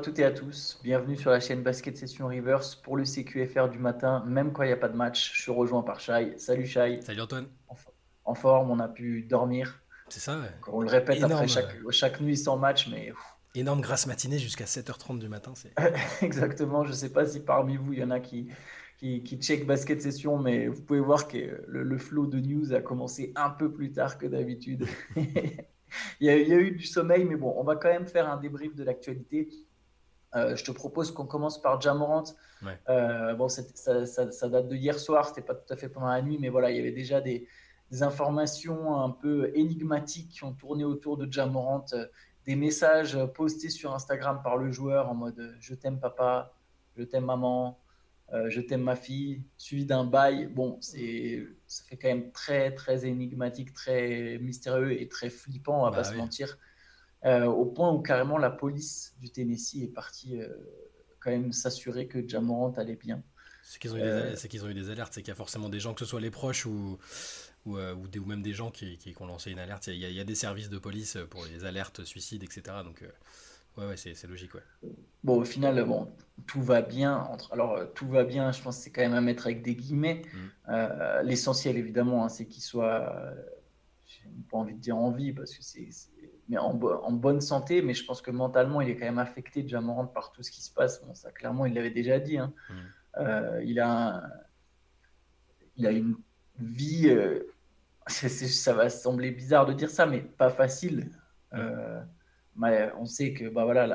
toutes et à tous, bienvenue sur la chaîne Basket Session Reverse pour le CQFR du matin, même quand il n'y a pas de match, je suis rejoint par Shai. Salut Shai, Salut Antoine. en, en forme, on a pu dormir. C'est ça, ouais. Donc, on le répète après Énorme, chaque nuit sans match, mais énorme grasse matinée jusqu'à 7h30 du matin. C'est... exactement, je ne sais pas si parmi vous il y en a qui check Basket Session, mais vous pouvez voir que le flow de news a commencé un peu plus tard que d'habitude. Il y a eu du sommeil, mais bon, on va quand même faire un débrief de l'actualité. Je te propose qu'on commence par Ja Morant. Ouais. Bon, ça date de hier soir, c'était pas tout à fait pendant la nuit, mais voilà, il y avait déjà des informations un peu énigmatiques qui ont tourné autour de Ja Morant, des messages postés sur Instagram par le joueur en mode je t'aime papa, je t'aime maman, je t'aime ma fille, suivi d'un bail. Bon, ça fait quand même très très énigmatique, très mystérieux et très flippant, on va pas Bah se oui. mentir. Au point où carrément la police du Tennessee est partie quand même s'assurer que Ja Morant allait bien. Euh, C'est qu'ils ont eu des alertes. C'est qu'il y a forcément des gens, que ce soit les proches ou même des gens qui ont lancé une alerte. Il y a des services de police pour les alertes suicides, etc. Donc, ouais, c'est logique, ouais. bon, au final, bon, tout va bien. Alors, tout va bien, je pense que c'est quand même à mettre avec des guillemets. Mm. L'essentiel, évidemment, hein, c'est qu'il soit, j'ai pas envie de dire en vie, parce que mais en bonne santé, mais je pense que mentalement, il est quand même affecté, Ja Morant, par tout ce qui se passe. Bon, ça, clairement, il l'avait déjà dit, hein. Mm. Il a une vie. Ça va sembler bizarre de dire ça, mais pas facile. Mm. Mais on sait que bah voilà,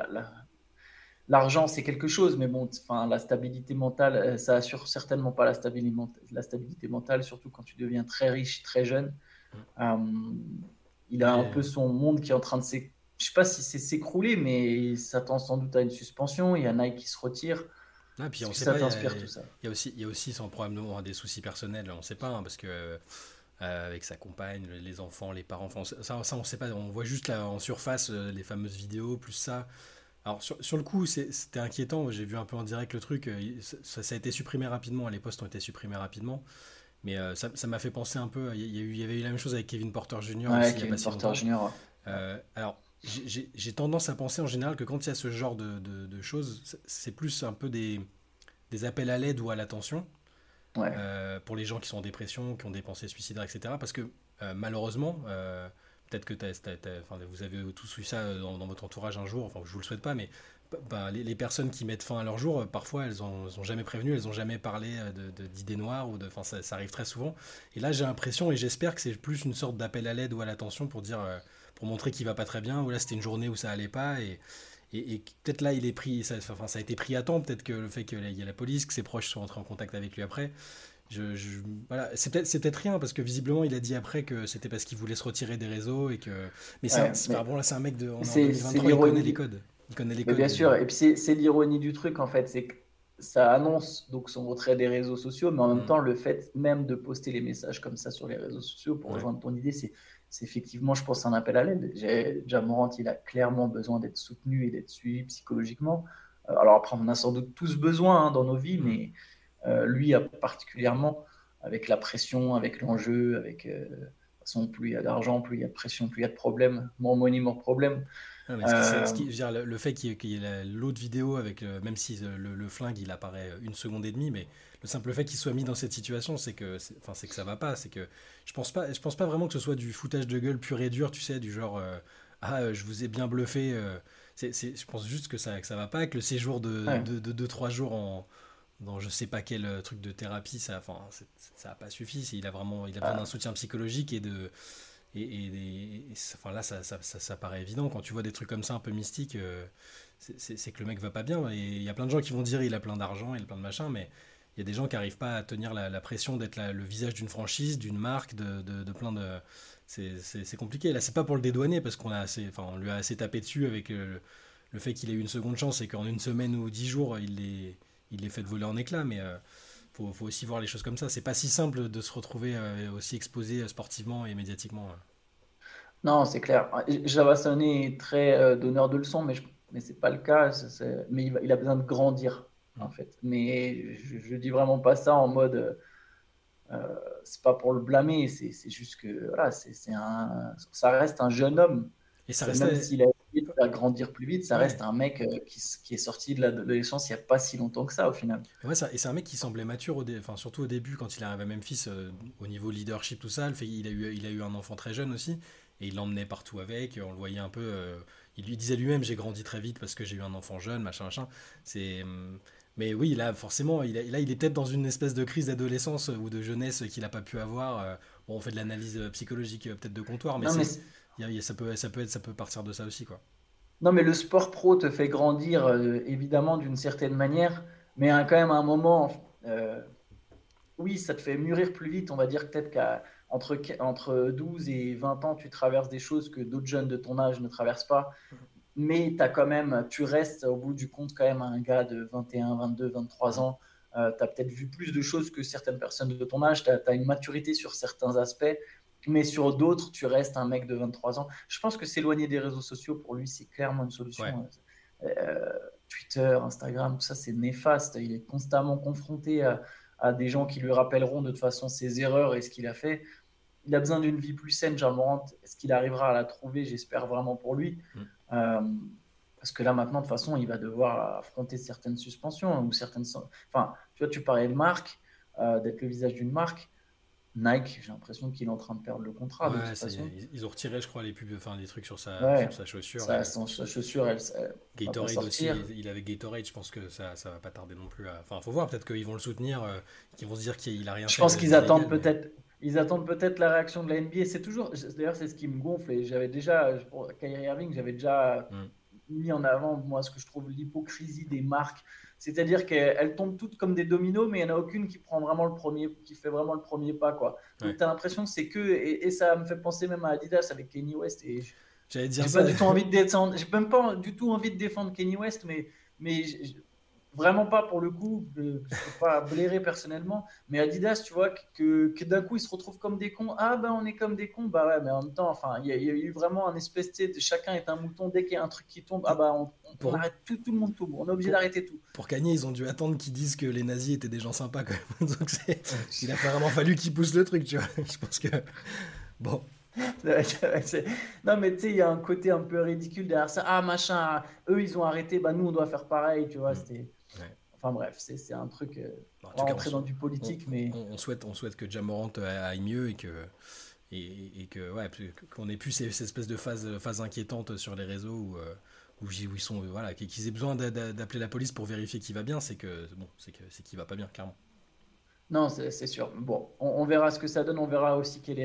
l'argent c'est quelque chose, mais bon, enfin la stabilité mentale, ça assure certainement pas la stabilité mentale, surtout quand tu deviens très riche, très jeune. Mm. Euh, il a un Ouais. peu son monde qui est en train de je sais pas si c'est s'écrouler, mais il s'attend sans doute à une suspension. Il y a Nike qui se retire. Ah, puis Est-ce on que sait ça pas, t'inspire tout ça? il y a aussi son probablement des soucis personnels, on sait pas, hein, parce que avec sa compagne, les enfants, les parents, enfin, ça on sait pas, on voit juste là en surface les fameuses vidéos, plus ça. Alors sur le coup, c'était inquiétant, j'ai vu un peu en direct le truc, ça a été supprimé rapidement, les posts ont été supprimés rapidement, mais ça m'a fait penser un peu, il y avait eu la même chose avec Kevin Porter Jr. Ouais, aussi il y a pas Kevin si Porter longtemps. Jr. Alors, j'ai tendance à penser en général que quand il y a ce genre de choses, c'est plus un peu des appels à l'aide ou à l'attention Ouais, pour les gens qui sont en dépression, qui ont des pensées suicidaires, etc. Parce que malheureusement, peut-être que enfin, vous avez tous eu ça dans votre entourage un jour, enfin je vous le souhaite pas, mais bah, les personnes qui mettent fin à leur jour, parfois elles ont jamais prévenu, elles ont jamais parlé d'idées noires, enfin ça arrive très souvent. Et là j'ai l'impression et j'espère que c'est plus une sorte d'appel à l'aide ou à l'attention pour dire, pour montrer qu'il va pas très bien, ou là c'était une journée où ça allait pas, et peut-être là il est pris, enfin, ça a été pris à temps, peut-être que le fait qu'il y a la police, que ses proches sont entrés en contact avec lui après, voilà, c'est peut-être rien parce que visiblement il a dit après que c'était parce qu'il voulait se retirer des réseaux et que. Mais ouais, enfin, bon là c'est un mec de, on est en c'est 2023, il connaît les l'ironie. codes, il connaît les Mais codes bien sûr, des. et puis c'est l'ironie du truc en fait, c'est que ça annonce donc son retrait des réseaux sociaux, mais en même Hmm, temps, le fait même de poster les messages comme ça sur les réseaux sociaux, pour ouais. rejoindre ton idée, c'est effectivement, je pense, un appel à l'aide. Ja Morant, il a clairement besoin d'être soutenu et d'être suivi psychologiquement. Alors après, on a sans doute tous besoin hein, dans nos vies, Hmm. mais lui particulièrement, avec la pression, avec l'enjeu, avec de toute façon, plus il y a d'argent, plus il y a de pression, plus il y a de problèmes. More money, more problème. Non, mais Euh, je veux dire, le fait qu'il y ait l'autre vidéo avec, même si le flingue il apparaît une seconde et demie, mais le simple fait qu'il soit mis dans cette situation, enfin, c'est que ça va pas. C'est que je pense pas vraiment que ce soit du foutage de gueule pur et dur, tu sais, du genre je vous ai bien bluffé. Je pense juste que ça va pas, que le séjour ouais. de 2-3 jours dans je sais pas quel truc de thérapie, enfin, ça a pas suffi. Il a besoin d'un Ah, soutien psychologique enfin là, ça paraît évident. Quand tu vois des trucs comme ça un peu mystiques, c'est que le mec va pas bien. Et il y a plein de gens qui vont dire il a plein d'argent, il a plein de machin, mais il y a des gens qui arrivent pas à tenir la pression d'être le visage d'une franchise, d'une marque, de plein de. C'est compliqué. Là, c'est pas pour le dédouaner parce enfin, on lui a assez tapé dessus avec le fait qu'il ait eu une seconde chance et qu'en une semaine ou 10 jours, il l'ait fait voler en éclats. Mais faut aussi voir les choses comme ça. C'est pas si simple de se retrouver aussi exposé sportivement et médiatiquement. non, c'est clair. Javassane est très donneur de leçons, mais c'est pas le cas. Mais il a besoin de grandir, en Mm. fait. Mais je dis vraiment pas ça en mode, c'est pas pour le blâmer, c'est juste que voilà, ça reste un jeune homme. Et ça Même restait. s'il est. vite, faire grandir plus vite. Ça reste Ouais. un mec qui est sorti de l'adolescence il n'y a pas si longtemps que ça, au final. Et c'est un mec qui semblait mature, enfin, surtout au début, quand il arrive à Memphis, au niveau leadership, tout ça. Il a eu un enfant très jeune aussi, et il l'emmenait partout avec. On le voyait un peu. Il lui disait lui-même, j'ai grandi très vite parce que j'ai eu un enfant jeune, machin, machin. Mais oui, là, forcément, là, il est peut-être dans une espèce de crise d'adolescence ou de jeunesse qu'il n'a pas pu avoir. Bon, on fait de l'analyse psychologique peut-être de comptoir, mais Non, mais ça peut partir de ça aussi, quoi. Non, mais le sport pro te fait grandir, évidemment, d'une certaine manière, mais quand même, à un moment, oui, ça te fait mûrir plus vite. On va dire peut-être entre 12 et 20 ans, tu traverses des choses que d'autres jeunes de ton âge ne traversent pas, mais tu restes au bout du compte quand même un gars de 21, 22, 23 Mhm. ans. Tu as peut-être vu plus de choses que certaines personnes de ton âge, tu as une maturité sur certains aspects, mais sur d'autres, tu restes un mec de 23 ans. Je pense que s'éloigner des réseaux sociaux, pour lui, c'est clairement une Ouais. solution. Twitter, Instagram, tout ça, c'est néfaste. Il est constamment confronté à des gens qui lui rappelleront de toute façon ses erreurs et ce qu'il a fait. Il a besoin d'une vie plus saine, Ja Morant. Est-ce qu'il arrivera à la trouver? J'espère vraiment pour lui. Mhm. Euh, Parce que là, maintenant, de toute façon, il va devoir affronter certaines suspensions ou certaines. Enfin, tu vois, tu parlais de marque, d'être le visage d'une marque. Nike, j'ai l'impression qu'il est en train de perdre le contrat de Ouais, toute façon. ils ont retiré, je crois, les pubs, enfin, des trucs sur Ouais, sa chaussure. son chaussure, elle va pas Gatorade aussi, sortir. il avait Gatorade, je pense que ça va pas tarder non plus à. Enfin, faut voir, peut-être qu'ils vont le soutenir, qu'ils vont se dire qu'il a rien Je fait pense qu'ils attendent d'illégal, mais. peut-être. Ils attendent peut-être la réaction de la NBA. C'est toujours, d'ailleurs, c'est ce qui me gonfle. Et j'avais déjà, pour Kyrie Irving, j'avais déjà Hmm. mis en avant, moi, ce que je trouve l'hypocrisie des marques. C'est-à-dire qu'elles tombent toutes comme des dominos, mais il n'y en a aucune qui prend vraiment le premier, qui fait vraiment le premier pas, quoi. Donc, Ouais. tu as l'impression que c'est que, et ça me fait penser même à Adidas avec Kanye West. Et J'allais dire j'ai pas ça. du tout envie de défendre, j'ai même pas du tout envie de défendre Kanye West, mais vraiment pas pour le coup. Je peux pas blairer personnellement, mais Adidas, tu vois, que d'un coup ils se retrouvent comme des cons. Ah ben on est comme des cons, bah ouais, mais en même temps, enfin, il y a eu vraiment un espèce, tu sais, chacun est un mouton. Dès qu'il y a un truc qui tombe, ah bah on pour, arrête tout, tout le monde tombe. On est obligé pour, d'arrêter tout. pour Kanye, ils ont dû attendre qu'ils disent que les nazis étaient des gens sympas quand même. Donc il a pas vraiment fallu qu'ils poussent le truc, tu vois. Je pense que. Bon. Non, mais tu sais, il y a un côté un peu ridicule derrière ça. Ah, machin, eux, ils ont arrêté, bah nous, on doit faire pareil, tu vois. Hmm. Ouais. Enfin bref, c'est un truc. En On va tout cas, rentrer dans du on, politique, mais on souhaite que Jamorant aille mieux et que ouais, qu'on ait plus ces espèces de phases inquiétantes sur les réseaux où ils sont voilà qu'ils aient besoin d'appeler la police pour vérifier qu'il va bien, c'est que bon, c'est qu'il va pas bien clairement. non, c'est sûr. Bon, on verra ce que ça donne. On verra aussi quelle est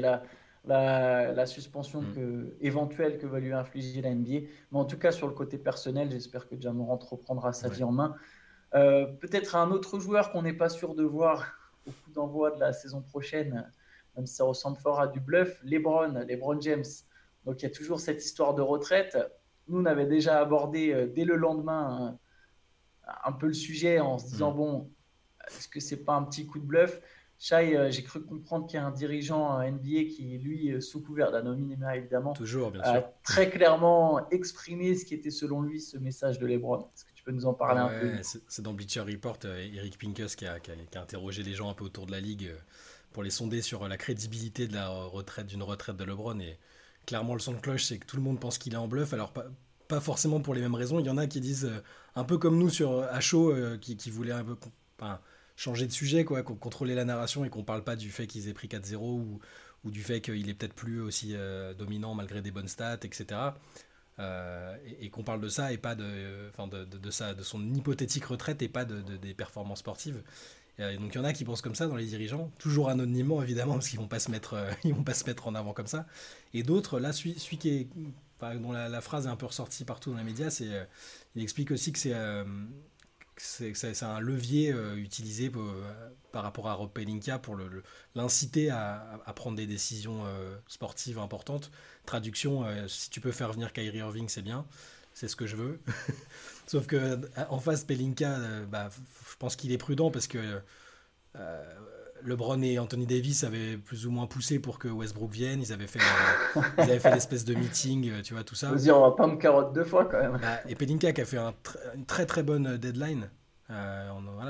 la suspension Mm. éventuelle que va lui infliger la NBA. Mais en tout cas, sur le côté personnel, j'espère que Ja Morant reprendra sa Ouais. vie en main. Peut-être un autre joueur qu'on n'est pas sûr de voir au coup d'envoi de la saison prochaine, même si ça ressemble fort à du bluff, LeBron James. Donc il y a toujours cette histoire de retraite. Nous, on avait déjà abordé dès le lendemain un peu le sujet en se disant, Mm. bon, est-ce que c'est pas un petit coup de bluff? Shai, j'ai cru comprendre qu'il y a un dirigeant NBA qui, lui, sous couvert d'anonymat évidemment, Toujours bien a sûr. très clairement exprimé ce qui était selon lui ce message de LeBron. Est-ce que tu peux nous en parler un peu Ouais, du coup? c'est dans Bleacher Report, Eric Pincus qui a interrogé les gens un peu autour de la ligue pour les sonder sur la crédibilité de la retraite d'une retraite de LeBron et clairement le son de cloche c'est que tout le monde pense qu'il est en bluff alors pas forcément pour les mêmes raisons. Il y en a qui disent un peu comme nous sur à chaud qui voulaient un peu enfin, changer de sujet quoi, contrôler la narration et qu'on parle pas du fait qu'ils aient pris 4-0 ou du fait qu'il est peut-être plus aussi dominant malgré des bonnes stats, etc. Et qu'on parle de ça et pas enfin de son hypothétique retraite et pas des performances sportives. Et donc il y en a qui pensent comme ça dans les dirigeants, toujours anonymement évidemment parce qu'ils vont pas se mettre, ils vont pas se mettre en avant comme ça. Et d'autres, là, celui qui est, enfin, dont la phrase est un peu ressortie partout dans les médias, il explique aussi que c'est un levier utilisé par rapport à Rob Pelinka pour l'inciter à prendre des décisions sportives importantes. Traduction, si tu peux faire venir Kyrie Irving, c'est bien, c'est ce que je veux. Sauf que en face, Pelinka, je pense qu'il est prudent parce que euh, LeBron et Anthony Davis avaient plus ou moins poussé pour que Westbrook vienne. Ils avaient fait l'espèce de meeting, tu vois, tout Faut ça. se dire, on va pas me carotte deux fois quand même. Et Pelinka qui a fait une très très bonne deadline. Voilà,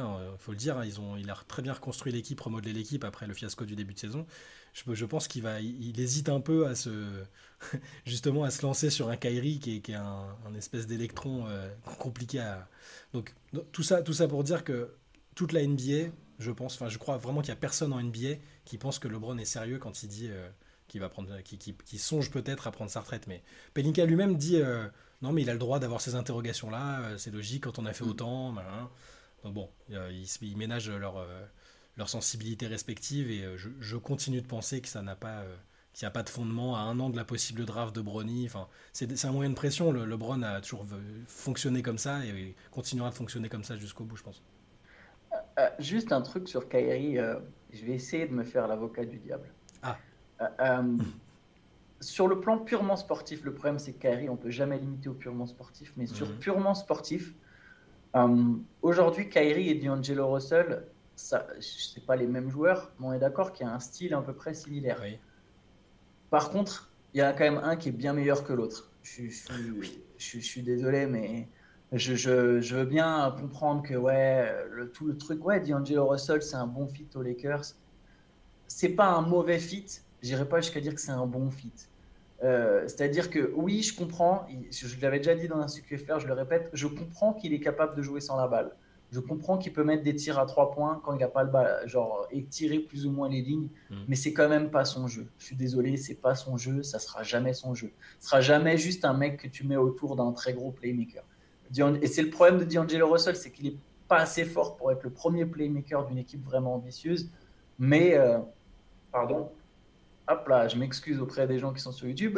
faut le dire, hein, il a très bien reconstruit l'équipe, remodelé l'équipe après le fiasco du début de saison. Je pense il hésite un peu justement à se lancer sur un Kyrie qui est un espèce d'électron compliqué à. Donc tout ça pour dire que toute la NBA, je pense, enfin je crois vraiment qu'il y a personne en NBA qui pense que LeBron est sérieux quand il dit qu'il songe peut-être à prendre sa retraite. Mais Pelinka lui-même dit non mais il a le droit d'avoir ces interrogations là, c'est logique quand on a fait autant. Malin. Donc bon, ils ménagent leur sensibilité respective et je continue de penser que ça n'a pas qu'il n'y a pas de fondement à un an de la possible draft de Bronny. Enfin, c'est un moyen de pression. LeBron a toujours fonctionné comme ça et continuera de fonctionner comme ça jusqu'au bout, je pense. Juste un truc sur Kyrie, je vais essayer de me faire l'avocat du diable. Ah, Euh, sur le plan purement sportif, le problème c'est que Kyrie, on peut jamais limiter au purement sportif, mais sur purement sportif, aujourd'hui, Kyrie et D'Angelo Russell, ça, c'est pas les mêmes joueurs, mais on est d'accord qu'il y a un style à peu près similaire. oui. Par contre, il y en a quand même un qui est bien meilleur que l'autre. Je suis désolé, mais je veux bien comprendre que tout le truc, D'Angelo Russell, c'est un bon fit aux Lakers. C'est pas un mauvais fit. J'irai pas jusqu'à dire que c'est un bon fit. C'est-à-dire que oui, je comprends. Je l'avais déjà dit dans un CQFR, je le répète. Je comprends qu'il est capable de jouer sans la balle. Je comprends qu'il peut mettre des tirs à 3 points quand il n'a pas le ballon, genre, et tirer plus ou moins les lignes, mais c'est quand même pas son jeu. Je suis désolé, c'est pas son jeu, ça sera jamais son jeu. Ce sera jamais juste un mec que tu mets autour d'un très gros playmaker. Et c'est le problème de D'Angelo Russell, c'est qu'il est pas assez fort pour être le premier playmaker d'une équipe vraiment ambitieuse. Mais, pardon, hop là, je m'excuse auprès des gens qui sont sur YouTube.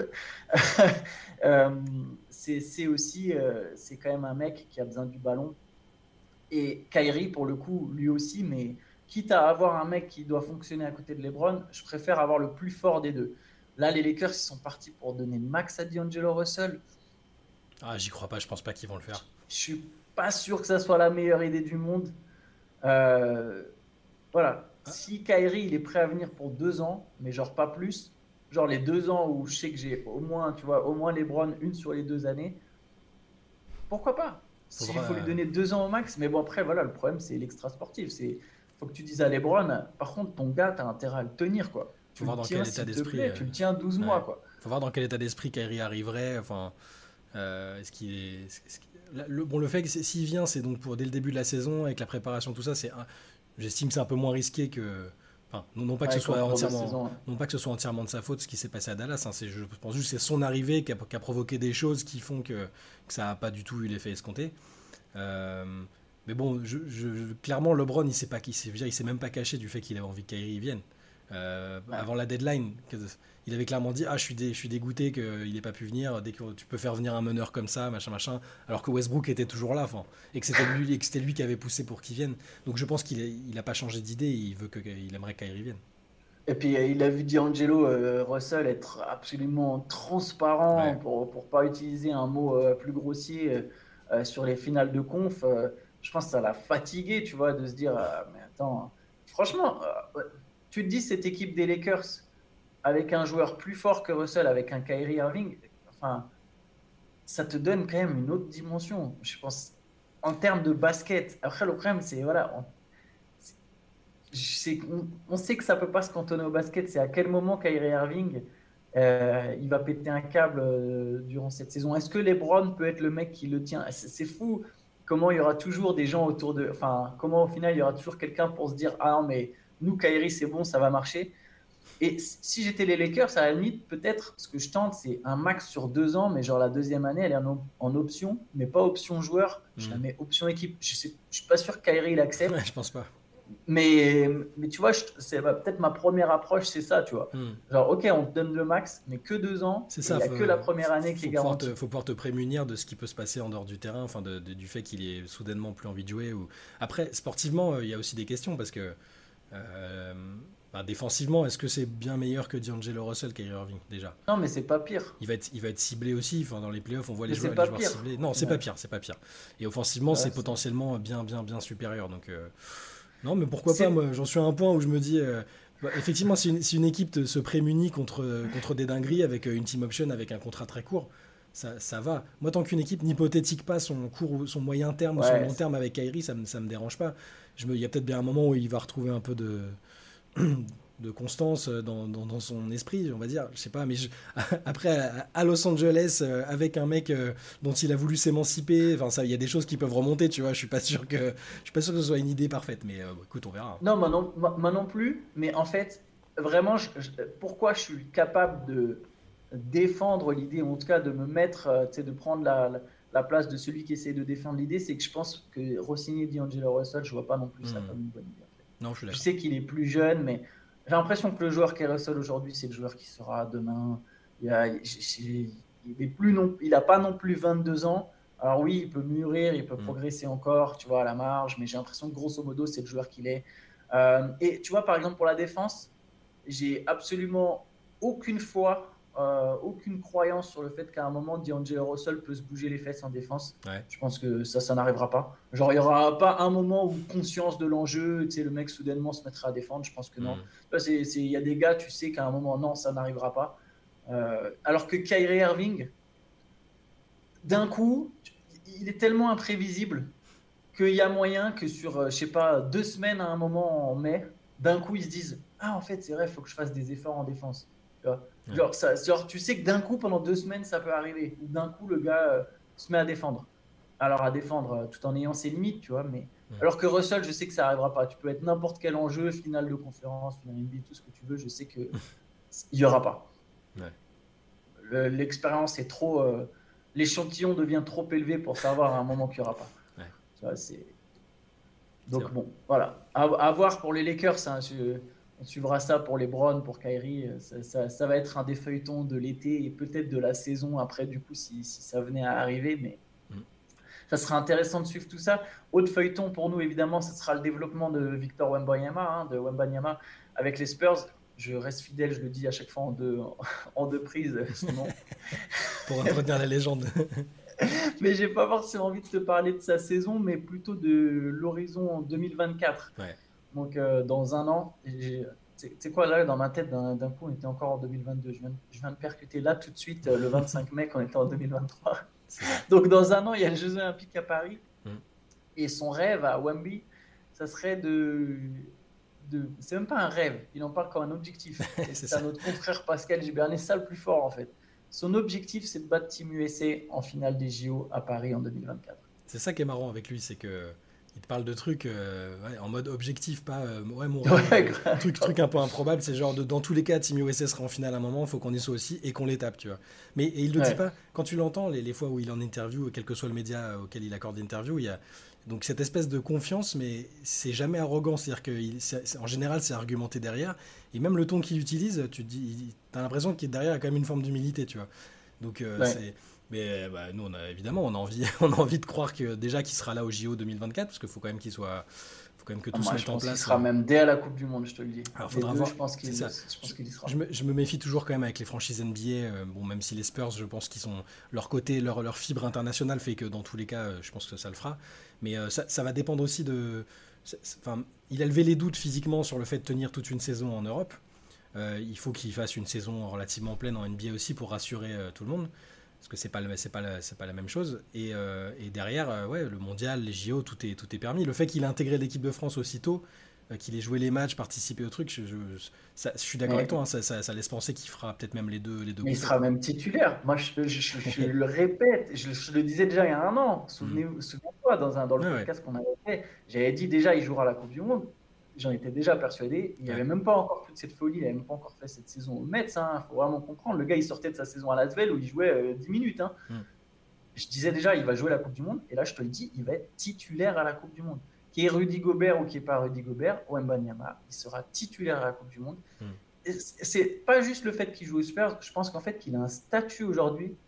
C'est aussi, c'est quand même un mec qui a besoin du ballon. Et Kyrie, pour le coup, lui aussi, mais quitte à avoir un mec qui doit fonctionner à côté de LeBron, je préfère avoir le plus fort des deux. Là, les Lakers, ils sont partis pour donner max à D'Angelo Russell. Ah, j'y crois pas, je pense pas qu'ils vont le faire. Je suis pas sûr que ça soit la meilleure idée du monde. Voilà. Si Kyrie, il est prêt à venir pour 2 ans, mais genre pas plus, genre les 2 ans où je sais que j'ai au moins, tu vois, au moins LeBron, une sur les 2 années, pourquoi pas? S'il faut lui donner 2 ans au max, mais bon, après, voilà, le problème, c'est l'extra sportif. Il faut que tu dises à LeBron, par contre, ton gars, tu as intérêt à le tenir, quoi. Faut voir dans quel état d'esprit. Tu le tiens 12 mois, quoi. Faut voir dans quel état d'esprit Kyrie arriverait. Enfin, est-ce qu'il est. Le fait que s'il vient, c'est donc pour dès le début de la saison, avec la préparation, tout ça, j'estime que c'est un peu moins risqué que. Enfin, non pas que ce soit entièrement de sa faute ce qui s'est passé à Dallas. Hein, je pense juste que c'est son arrivée qui a provoqué des choses qui font que ça n'a pas du tout eu l'effet escompté. Mais bon, clairement, LeBron, il s'est même pas caché du fait qu'il avait envie que Kyrie vienne. Avant la deadline, il avait clairement dit je suis dégoûté qu'il n'ait pas pu venir. Dès que tu peux faire venir un meneur comme ça, machin, alors que Westbrook était toujours là, et que c'était lui qui avait poussé pour qu'il vienne. Donc je pense qu'il n'a pas changé d'idée. Il aimerait que Kyrie vienne. Et puis il a vu D'Angelo Russell être absolument transparent, pour pas utiliser un mot plus grossier, sur les finales de conf. Je pense que ça l'a fatigué, tu vois, de se dire mais attends, franchement, tu te dis cette équipe des Lakers avec un joueur plus fort que Russell, avec un Kyrie Irving, enfin, ça te donne quand même une autre dimension, je pense, en termes de basket. Après, le problème, c'est, voilà, on sait que ça peut pas se cantonner au basket. C'est à quel moment Kyrie Irving, il va péter un câble durant cette saison. Est-ce que LeBron peut être le mec qui le tient? C'est fou comment il y aura toujours des gens autour de... Enfin, comment au final, il y aura toujours quelqu'un pour se dire « Ah non, mais nous, Kyrie, c'est bon, ça va marcher. » Et si j'étais les Lakers, à la limite, peut-être, ce que je tente, c'est un max sur 2 ans, mais genre la deuxième année, elle est en option, mais pas option joueur. Je la mets option équipe. Je suis pas sûr que Kyrie l'accepte. Ouais, je pense pas. Mais tu vois, c'est peut-être ma première approche, c'est ça, tu vois. Genre, ok, on te donne le max, mais que 2 ans. C'est ça. Il n'y a que la première année qui est garantie. Faut pouvoir te prémunir de ce qui peut se passer en dehors du terrain, enfin du fait qu'il ait soudainement plus envie de jouer. Après, sportivement, il y a aussi des questions parce que défensivement, est-ce que c'est bien meilleur que D'Angelo Russell, Kyrie Irving déjà? Non, mais c'est pas pire. Il va être ciblé aussi. Enfin, dans les playoffs, on voit les joueurs ciblés. Non, c'est pas pire. Et offensivement, c'est potentiellement bien supérieur. Donc non, mais pourquoi pas? Moi, j'en suis à un point où je me dis, effectivement, si une équipe se prémunit contre des dingueries avec une team option, avec un contrat très court, ça va. Moi, tant qu'une équipe n'hypothétique pas son court, son moyen terme ou son Ouais, long terme avec Kyrie, ça me dérange pas. Il y a peut-être bien un moment où il va retrouver un peu de constance dans son esprit, on va dire. Je sais pas, mais après, à Los Angeles, avec un mec dont il a voulu s'émanciper, enfin, ça, il y a des choses qui peuvent remonter, tu vois. Je suis pas sûr que ce soit une idée parfaite, mais écoute, on verra. non, moi non plus, mais en fait, vraiment, pourquoi je suis capable de défendre l'idée, ou en tout cas de me mettre, tu sais, de prendre la place de celui qui essaie de défendre l'idée, c'est que je pense que Rossini et D'Angelo Russell, je vois pas non plus ça Hmm. comme une bonne idée. En fait. Non, je suis Je d'accord. sais qu'il est plus jeune, mais j'ai l'impression que le joueur qui est Russell aujourd'hui, c'est le joueur qui sera demain. Il est plus non, il a pas non plus 22 ans. Alors oui, il peut mûrir, il peut Hmm. progresser encore, tu vois, à la marge, mais j'ai l'impression que grosso modo, c'est le joueur qu'il est. Et tu vois, par exemple, pour la défense, j'ai absolument aucune foi, aucune croyance sur le fait qu'à un moment, D'Angelo Russell peut se bouger les fesses en défense. Ouais. Je pense que ça n'arrivera pas. Genre, il n'y aura pas un moment où conscience de l'enjeu, tu sais, le mec soudainement se mettra à défendre. Je pense que non. Hmm. Il y a des gars, tu sais qu'à un moment, non, ça n'arrivera pas. Alors que Kyrie Irving, d'un coup, il est tellement imprévisible qu'il y a moyen que sur, je sais pas, 2 semaines à un moment en mai, d'un coup, ils se disent ah, en fait, c'est vrai, il faut que je fasse des efforts en défense. Tu vois Ouais. genre, tu sais que d'un coup, pendant 2 semaines, ça peut arriver. Ou d'un coup, le gars se met à défendre. Alors, à défendre tout en ayant ses limites, tu vois. Mais... Hmm. Alors que Russell, je sais que ça n'arrivera pas. Tu peux être n'importe quel enjeu, finale de conférence, finale NBA, tout ce que tu veux. Je sais qu'il n'y aura pas. Ouais. L'expérience est trop. L'échantillon devient trop élevé pour savoir à un moment qu'il n'y aura pas. Ouais. Tu vois, c'est. C'est Donc vrai. bon, voilà. À voir pour les Lakers. Hein. On suivra ça pour les Browns, pour Kyrie. Ça va être un des feuilletons de l'été et peut-être de la saison après, du coup, si ça venait à arriver. Mais Hmm. ça sera intéressant de suivre tout ça. Autre feuilleton pour nous, évidemment, ce sera le développement de Victor Wembanyama, de Wembanyama avec les Spurs. Je reste fidèle, je le dis à chaque fois en deux prises, son nom. Pour entretenir la légende. Mais j'ai pas forcément envie de te parler de sa saison, mais plutôt de l'horizon 2024. Ouais. Donc, dans un an, tu sais quoi, là, dans ma tête, d'un coup, on était encore en 2022. Je viens de percuter là tout de suite, le 25 mai, qu'on était en 2023. C'est ça. Donc, dans un an, il y a les Jeux Olympiques à Paris. Hmm. Et son rêve à Wemby, ça serait c'est même pas un rêve, il en parle comme un objectif. Et C'est c'est à ça. notre confrère Pascal Gibernet, ça le plus fort en fait. Son objectif, c'est de battre Team USA en finale des JO à Paris en 2024. C'est ça qui est marrant avec lui, c'est que il te parle de trucs ouais, en mode objectif, pas ouais mon rêve, Ouais, grave. truc un peu improbable, c'est genre dans tous les cas, Team USA sera en finale à un moment, il faut qu'on y soit aussi et qu'on les tape, tu vois. Mais et il le dit Ouais. pas, quand tu l'entends, les fois où il est en interview, quel que soit le média auquel il accorde l'interview, il y a donc cette espèce de confiance, mais c'est jamais arrogant, c'est-à-dire en général c'est argumenté derrière, et même le ton qu'il utilise, tu te dis, t'as l'impression qu'il derrière a quand même une forme d'humilité, tu vois. Donc Ouais. c'est mais bah, nous, évidemment, on a envie, on a envie de croire que déjà qu'il sera là au JO 2024, parce qu'il faut quand même faut quand même que tout se Moi, je mette en pense qu'il place. sera même dès à la Coupe du Monde, je te le dis. Alors, Des faudra deux, voir. C'est ça. je Je, pense qu'il y sera. je me méfie toujours quand même avec les franchises NBA. Bon, même si les Spurs, je pense qu'ils sont leur côté, leur fibre internationale fait que dans tous les cas, je pense que ça le fera. Mais ça va dépendre aussi de. Enfin, il a levé les doutes physiquement sur le fait de tenir toute une saison en Europe. Il faut qu'il fasse une saison relativement pleine en NBA aussi pour rassurer tout le monde. Parce que c'est pas la même chose. Et derrière, ouais, le mondial, les JO, tout est permis. Le fait qu'il ait intégré l'équipe de France aussitôt, qu'il ait joué les matchs, participé au truc, je suis d'accord avec Mais toi. Hein, ça laisse penser qu'il fera peut-être même les deux Mais il compètes. sera Hein. même titulaire. Moi, je le répète, je le disais déjà il y a un an. Mm. Souviens-toi, dans le Ouais, ouais. podcast qu'on avait fait, j'avais dit déjà il jouera la Coupe du Monde. J'en étais déjà persuadé. Il n'y avait Ouais. même pas encore toute cette folie. Il n'avait même pas encore fait cette saison au Mets. Il faut vraiment comprendre. Le gars, il sortait de sa saison à Lasvel où il jouait 10 minutes. Hein. Mm. Je disais déjà, il va jouer la Coupe du Monde. Et là, je te le dis, il va être titulaire à la Coupe du Monde. Qui est Rudy Gobert ou qui n'est pas Rudy Gobert, Wembanyama, il sera titulaire à la Coupe du Monde. Mm. C'est pas juste le fait qu'il joue aux Spurs, je pense qu'en fait qu'il a un statut aujourd'hui,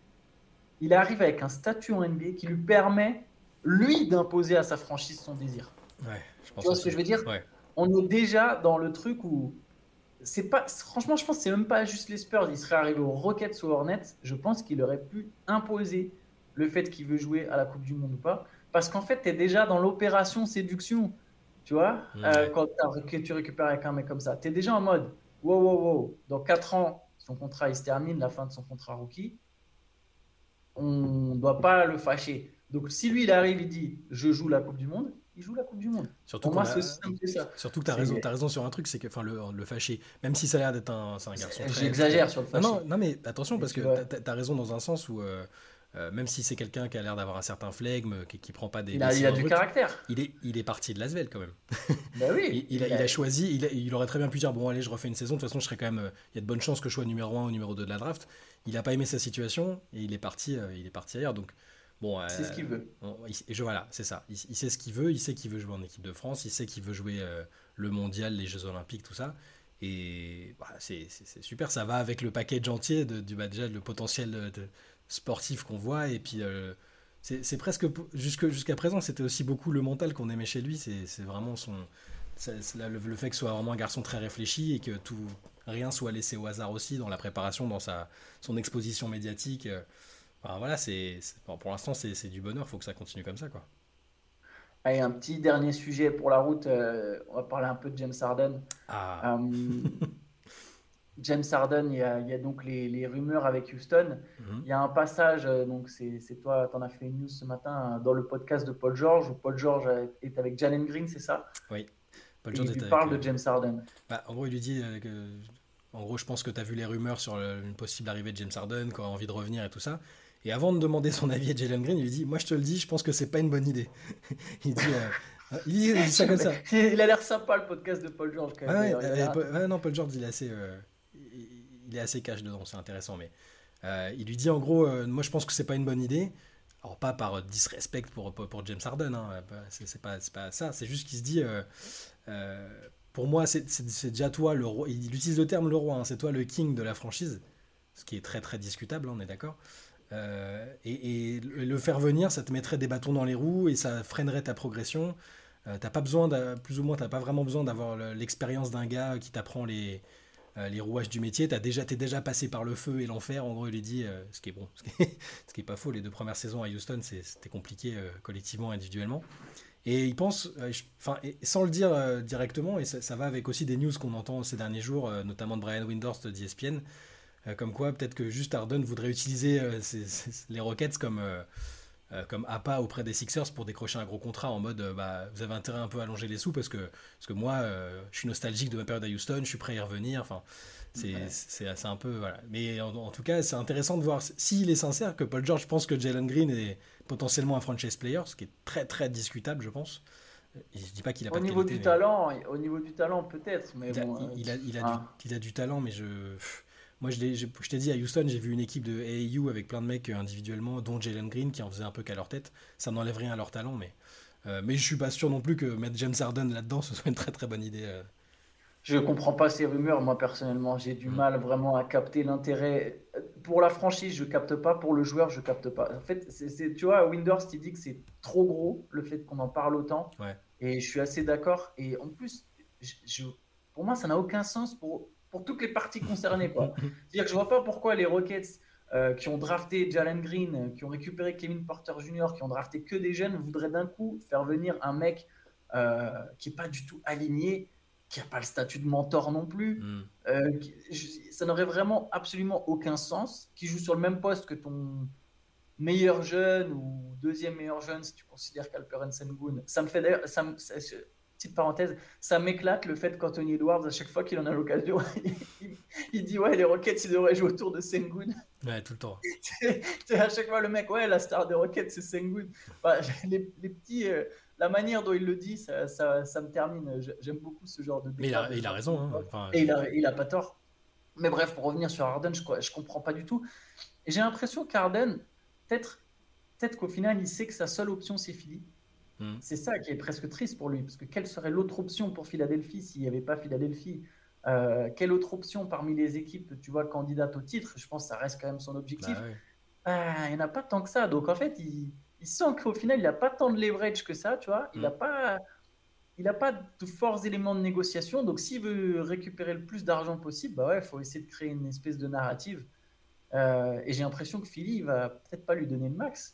il arrive avec un statut en NBA qui lui permet, lui, d'imposer à sa franchise son désir. Ouais, je Tu pense vois ce que aussi. je veux dire? Ouais. On est déjà dans le truc où c'est pas, franchement, je pense que c'est même pas juste les Spurs, il serait arrivé aux Rockets ou aux Hornets, je pense qu'il aurait pu imposer le fait qu'il veut jouer à la Coupe du Monde ou pas, parce qu'en fait, tu es déjà dans l'opération séduction, tu vois, Mm, ouais. que tu récupères avec un mec comme ça. Tu es déjà en mode, wow, dans 4 ans, son contrat il se termine, la fin de son contrat rookie. on ne doit pas le fâcher. Donc, si lui, il arrive, il dit je joue la Coupe du Monde, il joue la Coupe du Monde. Surtout Pour qu'on moi, c'est a, aussi simple que ça. surtout que C'est... t'as raison sur un truc, c'est que, enfin, le fâché, même si ça a l'air d'être c'est un garçon très, très. J'exagère sur le Non, non, fâché. non, mais attention Mais parce que tu vois, t'as raison dans un sens où, même si c'est quelqu'un qui a l'air d'avoir un certain flegme, qui prend pas des il a décisions du brutes, caractère. il est parti de l'Asvel quand même. Ben Il, oui, il a, il a choisi, il aurait très bien pu dire bon allez je refais une saison, de toute façon je serai quand même, il y a de bonnes chances que je sois numéro un ou numéro 2 de la draft. Il a pas aimé sa situation et il est parti ailleurs. Donc bon, c'est ce qu'il veut. voilà, c'est ça. Il sait ce il sait qu'il veut jouer en équipe de France, il sait qu'il veut jouer le mondial, les Jeux Olympiques, tout ça. Et bah, c'est super, ça va avec le package entier déjà le potentiel sportif qu'on voit et puis c'est presque jusqu'à présent c'était aussi beaucoup le mental qu'on aimait chez lui, c'est vraiment le fait que ce soit vraiment un garçon très réfléchi et que rien soit laissé au hasard aussi dans la préparation, dans son exposition médiatique. Enfin, voilà, bon, pour l'instant c'est du bonheur, faut que ça continue comme ça quoi. Allez, un petit dernier sujet pour la route. On va parler un peu de James Harden. Ah. Euh, James Harden, il y a donc les rumeurs avec Houston. Mhm. Il y a un passage, donc c'est toi, tu en as fait une news ce matin dans le podcast de Paul George, où Paul George est avec Jalen Green, c'est ça? Oui, Paul Et George il lui était avec. parle de James Harden. Bah, en gros, il lui dit en gros, je pense que tu as vu les rumeurs sur une possible arrivée de James Harden, qui a envie de revenir et tout ça. Et avant de demander son avis à Jalen Green, il lui dit moi, je te le dis, je pense que c'est pas une bonne idée. il dit, il dit ça comme ça. Il a l'air sympa le podcast de Paul George quand Ouais, même ouais, d'ailleurs. Il a l'air ouais, non, Paul George, il est assez cash dedans, c'est intéressant. Mais il lui dit en gros, moi, je pense que c'est pas une bonne idée. Alors pas par disrespect pour James Harden, hein, c'est pas ça. C'est juste qu'il se dit, euh, pour moi, c'est déjà toi le roi. Il utilise le terme le roi, hein, c'est toi le king de la franchise, ce qui est très très discutable, hein, on est d'accord. Et le faire venir, ça te mettrait des bâtons dans les roues et ça freinerait ta progression. T'as pas besoin, plus ou moins, t'as pas vraiment besoin d'avoir l'expérience d'un gars qui t'apprend les rouages du métier. T'es déjà passé par le feu et l'enfer. En gros, il lui dit, ce qui est bon, ce qui est pas faux. Les 2 premières saisons à Houston, c'était compliqué collectivement, individuellement. Et il pense, enfin, sans le dire directement, et ça va avec aussi des news qu'on entend ces derniers jours, notamment de Brian Windhorst d'ESPN, comme quoi peut-être que juste Harden voudrait utiliser les Rockets comme appât auprès des Sixers pour décrocher un gros contrat en mode bah, vous avez intérêt un peu à allonger les sous parce que moi je suis nostalgique de ma période à Houston, je suis prêt à y revenir. Enfin, ouais. c'est un peu. Voilà. Mais en tout cas, c'est intéressant de voir s'il est sincère que Paul George pense que Jalen Green est potentiellement un franchise player, ce qui est très très discutable, je pense. Et je dis pas qu'il a pas de qualité, mais Au niveau du talent peut-être, mais il a, bon, il a, il a du, hein. il a du talent, mais moi, je t'ai dit, à Houston, j'ai vu une équipe de AAU avec plein de mecs individuellement, dont Jalen Green, qui en faisait un peu qu'à leur tête. Ça n'enlève rien à leur talent, mais je suis pas sûr non plus que mettre James Harden là-dedans, ce soit une très très bonne idée. Je comprends pas ces rumeurs, moi personnellement, j'ai du Mm. mal vraiment à capter l'intérêt. Pour la franchise, je capte pas, pour le joueur, je capte pas. En fait, tu vois, Windhorst, il dit que c'est trop gros le fait qu'on en parle autant, Ouais. et je suis assez d'accord. Et en plus, pour moi, ça n'a aucun sens pour toutes les parties concernées, quoi. C'est-à-dire que je vois pas pourquoi les Rockets qui ont drafté Jalen Green, qui ont récupéré Kevin Porter Jr., qui ont drafté que des jeunes, voudraient d'un coup faire venir un mec qui est pas du tout aligné, qui n'a pas le statut de mentor non plus. Mm. Ça n'aurait vraiment absolument aucun sens. Qui joue sur le même poste que ton meilleur jeune ou deuxième meilleur jeune, si tu considères qu'Alperen Sengun. Ça me fait d'ailleurs, petite parenthèse, ça m'éclate le fait qu'Anthony Edwards, à chaque fois qu'il en a l'occasion, il dit ouais, les Rockets, ils devraient jouer autour de Sengun. Ouais, tout le temps. À chaque fois, le mec, ouais, la star des Rockets, c'est Sengun. Enfin, les petits, la manière dont il le dit, ça me termine. J'aime beaucoup ce genre de Mais déclare de il a joueur. raison, hein. Enfin, Et il a pas tort. Mais bref, pour revenir sur Harden, je comprends pas du tout. Et j'ai l'impression qu'Harden, peut-être qu'au final, il sait que sa seule option, c'est Philly. mm. C'est ça qui est presque triste pour lui, parce que quelle serait l'autre option pour Philadelphie s'il n'y avait pas Philadelphie? Quelle autre option parmi les équipes, tu vois, candidates au titre? Je pense que ça reste quand même son Bah objectif. ouais. Il n'y en a pas tant que ça. Donc en fait, il sent qu'au final, il n'a pas tant de leverage que ça, tu vois. Mm. Il n'a pas de forts éléments de négociation. Donc s'il veut récupérer le plus d'argent possible, bah ouais, il faut essayer de créer une espèce de narrative. Et j'ai l'impression que Philly, il va peut-être pas lui donner le max.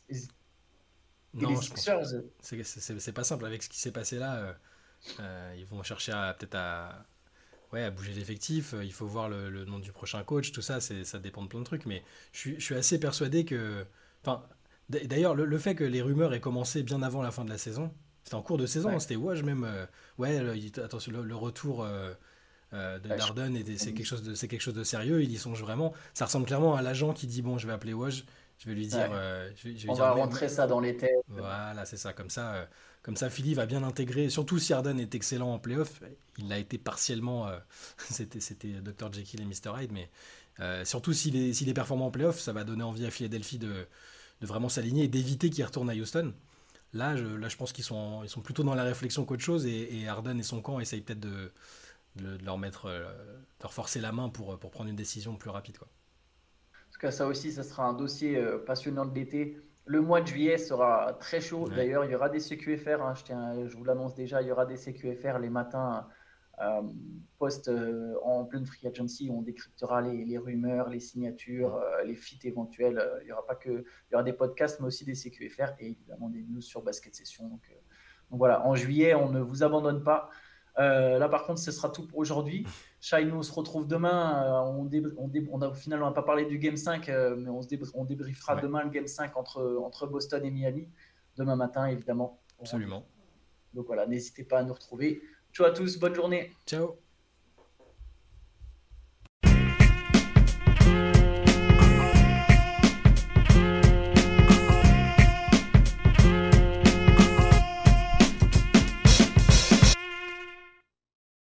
Et les Non, je pense pas. Sixers, C'est pas simple avec ce qui s'est passé là. Ils vont chercher peut-être ouais, à bouger l'effectif. Il faut voir le nom du prochain coach, tout ça, ça dépend de plein de trucs. Mais je suis assez persuadé que Enfin, d'ailleurs, le fait que les rumeurs aient commencé bien avant la fin de la saison, c'était en cours de saison, hein, Ouais. c'était Woj même. Ouais, attention, le retour de Ouais, Darden, je- c'est quelque chose de sérieux, il y songe vraiment. Ça ressemble clairement à l'agent qui dit, bon, je vais appeler Woj, je vais lui dire, ouais. je vais lui On dire, va rentrer ça dans les têtes. voilà, c'est ça, comme ça, Philly va bien intégrer, surtout si Harden est excellent en playoff, il l'a été partiellement, c'était Dr. Jekyll et Mr. Hyde, mais surtout s'il est performant en playoff, ça va donner envie à Philadelphie de vraiment s'aligner et d'éviter qu'il retourne à Houston. Là, je pense ils sont plutôt dans la réflexion qu'autre chose, et Harden et son camp essayent peut-être de leur mettre, de leur forcer la main pour prendre une décision plus rapide, quoi. En tout cas, ça aussi, ça sera un dossier passionnant de l'été. Le mois de juillet sera très chaud. Ouais, D'ailleurs, il y aura des CQFR, hein, je vous l'annonce déjà, il y aura des CQFR les matins euh, en pleine free agency où on décryptera les rumeurs, les signatures, mm, les feats éventuels. Il y aura pas que, il y aura des podcasts, mais aussi des CQFR et évidemment des news sur Basket Session. Donc voilà, en juillet, on ne vous abandonne pas. Là, par contre, ce sera tout pour aujourd'hui. Shai, nous, on se retrouve demain. On a, finalement, on n'a pas parlé du Game 5, mais on débriefera ouais, demain le Game 5 entre Boston et Miami. Demain matin, évidemment, au rendez-vous. absolument. Donc voilà, n'hésitez pas à nous retrouver. Ciao à tous, bonne journée. Ciao!